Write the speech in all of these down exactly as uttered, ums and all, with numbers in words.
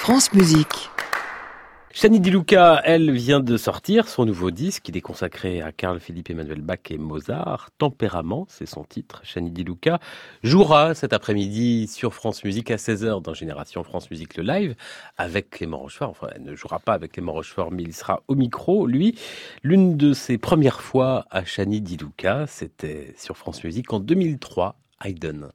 France Musique. Shani Di Luca, elle vient de sortir son nouveau disque. Il est consacré à Carl Philipp Emanuel Bach et Mozart. Tempérament, c'est son titre. Shani Di Luca jouera cet après-midi sur France Musique à seize heures dans Génération France Musique le live avec Clément Rochefort. Enfin, elle ne jouera pas avec Clément Rochefort, mais il sera au micro. Lui, l'une de ses premières fois à Shani Di Luca, c'était sur France Musique en deux mille trois, Haydn.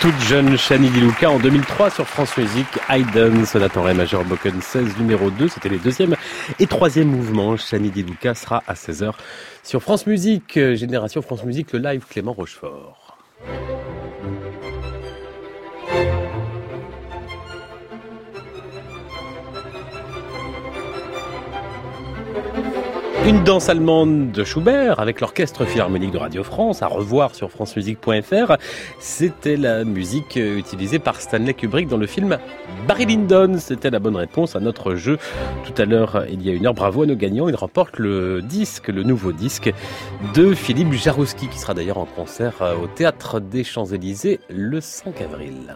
toute jeune Shani Di Luca en deux mille trois sur France Musique. Haydn, sonate en ré majeur Bocken seize numéro deux, c'était les deuxième et troisième mouvements. Shani Di Luca sera à seize heures sur France Musique. Génération France Musique, le live Clément Rochefort. Une danse allemande de Schubert avec l'Orchestre Philharmonique de Radio France, à revoir sur france musique point f r. C'était la musique utilisée par Stanley Kubrick dans le film Barry Lyndon. C'était la bonne réponse à notre jeu tout à l'heure, il y a une heure. Bravo à nos gagnants. Ils remportent le disque, le nouveau disque de Philippe Jarouski, qui sera d'ailleurs en concert au Théâtre des Champs-Élysées le cinq avril.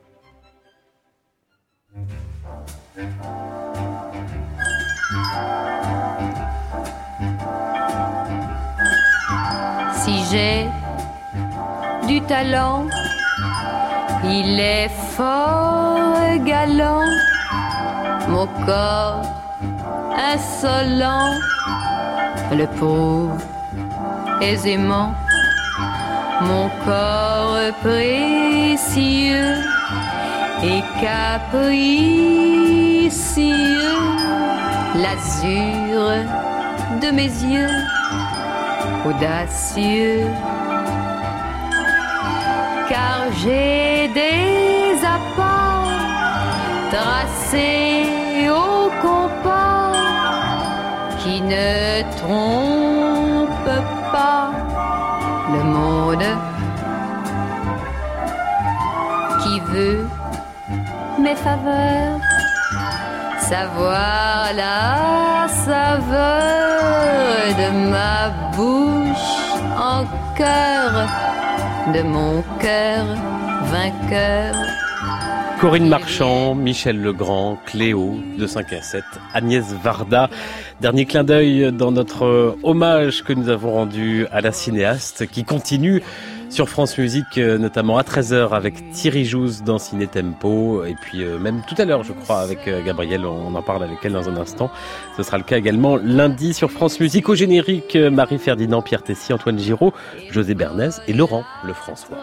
Si j'ai du talent, il est fort galant, mon corps insolent le prouve aisément, mon corps précieux et capricieux, l'azur de mes yeux audacieux, car j'ai des apports tracés au compas qui ne trompent pas le monde qui veut mes faveurs, savoir la saveur de ma bouche en cœur, de mon cœur vainqueur. Corinne Marchand, Michel Legrand, Cléo de cinq à sept, Agnès Varda. Dernier clin d'œil dans notre hommage que nous avons rendu à la cinéaste qui continue sur France Musique, notamment à treize heures avec Thierry Jouze dans Ciné Tempo, et puis euh, même tout à l'heure, je crois, avec euh, Gabrielle, on en parle avec elle dans un instant. Ce sera le cas également lundi sur France Musique. Au générique, Marie-Ferdinand, Pierre Tessy, Antoine Giraud, José Bernays et Laurent Lefrançois.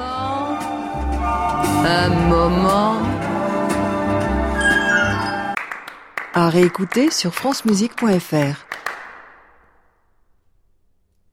Un moment à réécouter sur france musique point f r.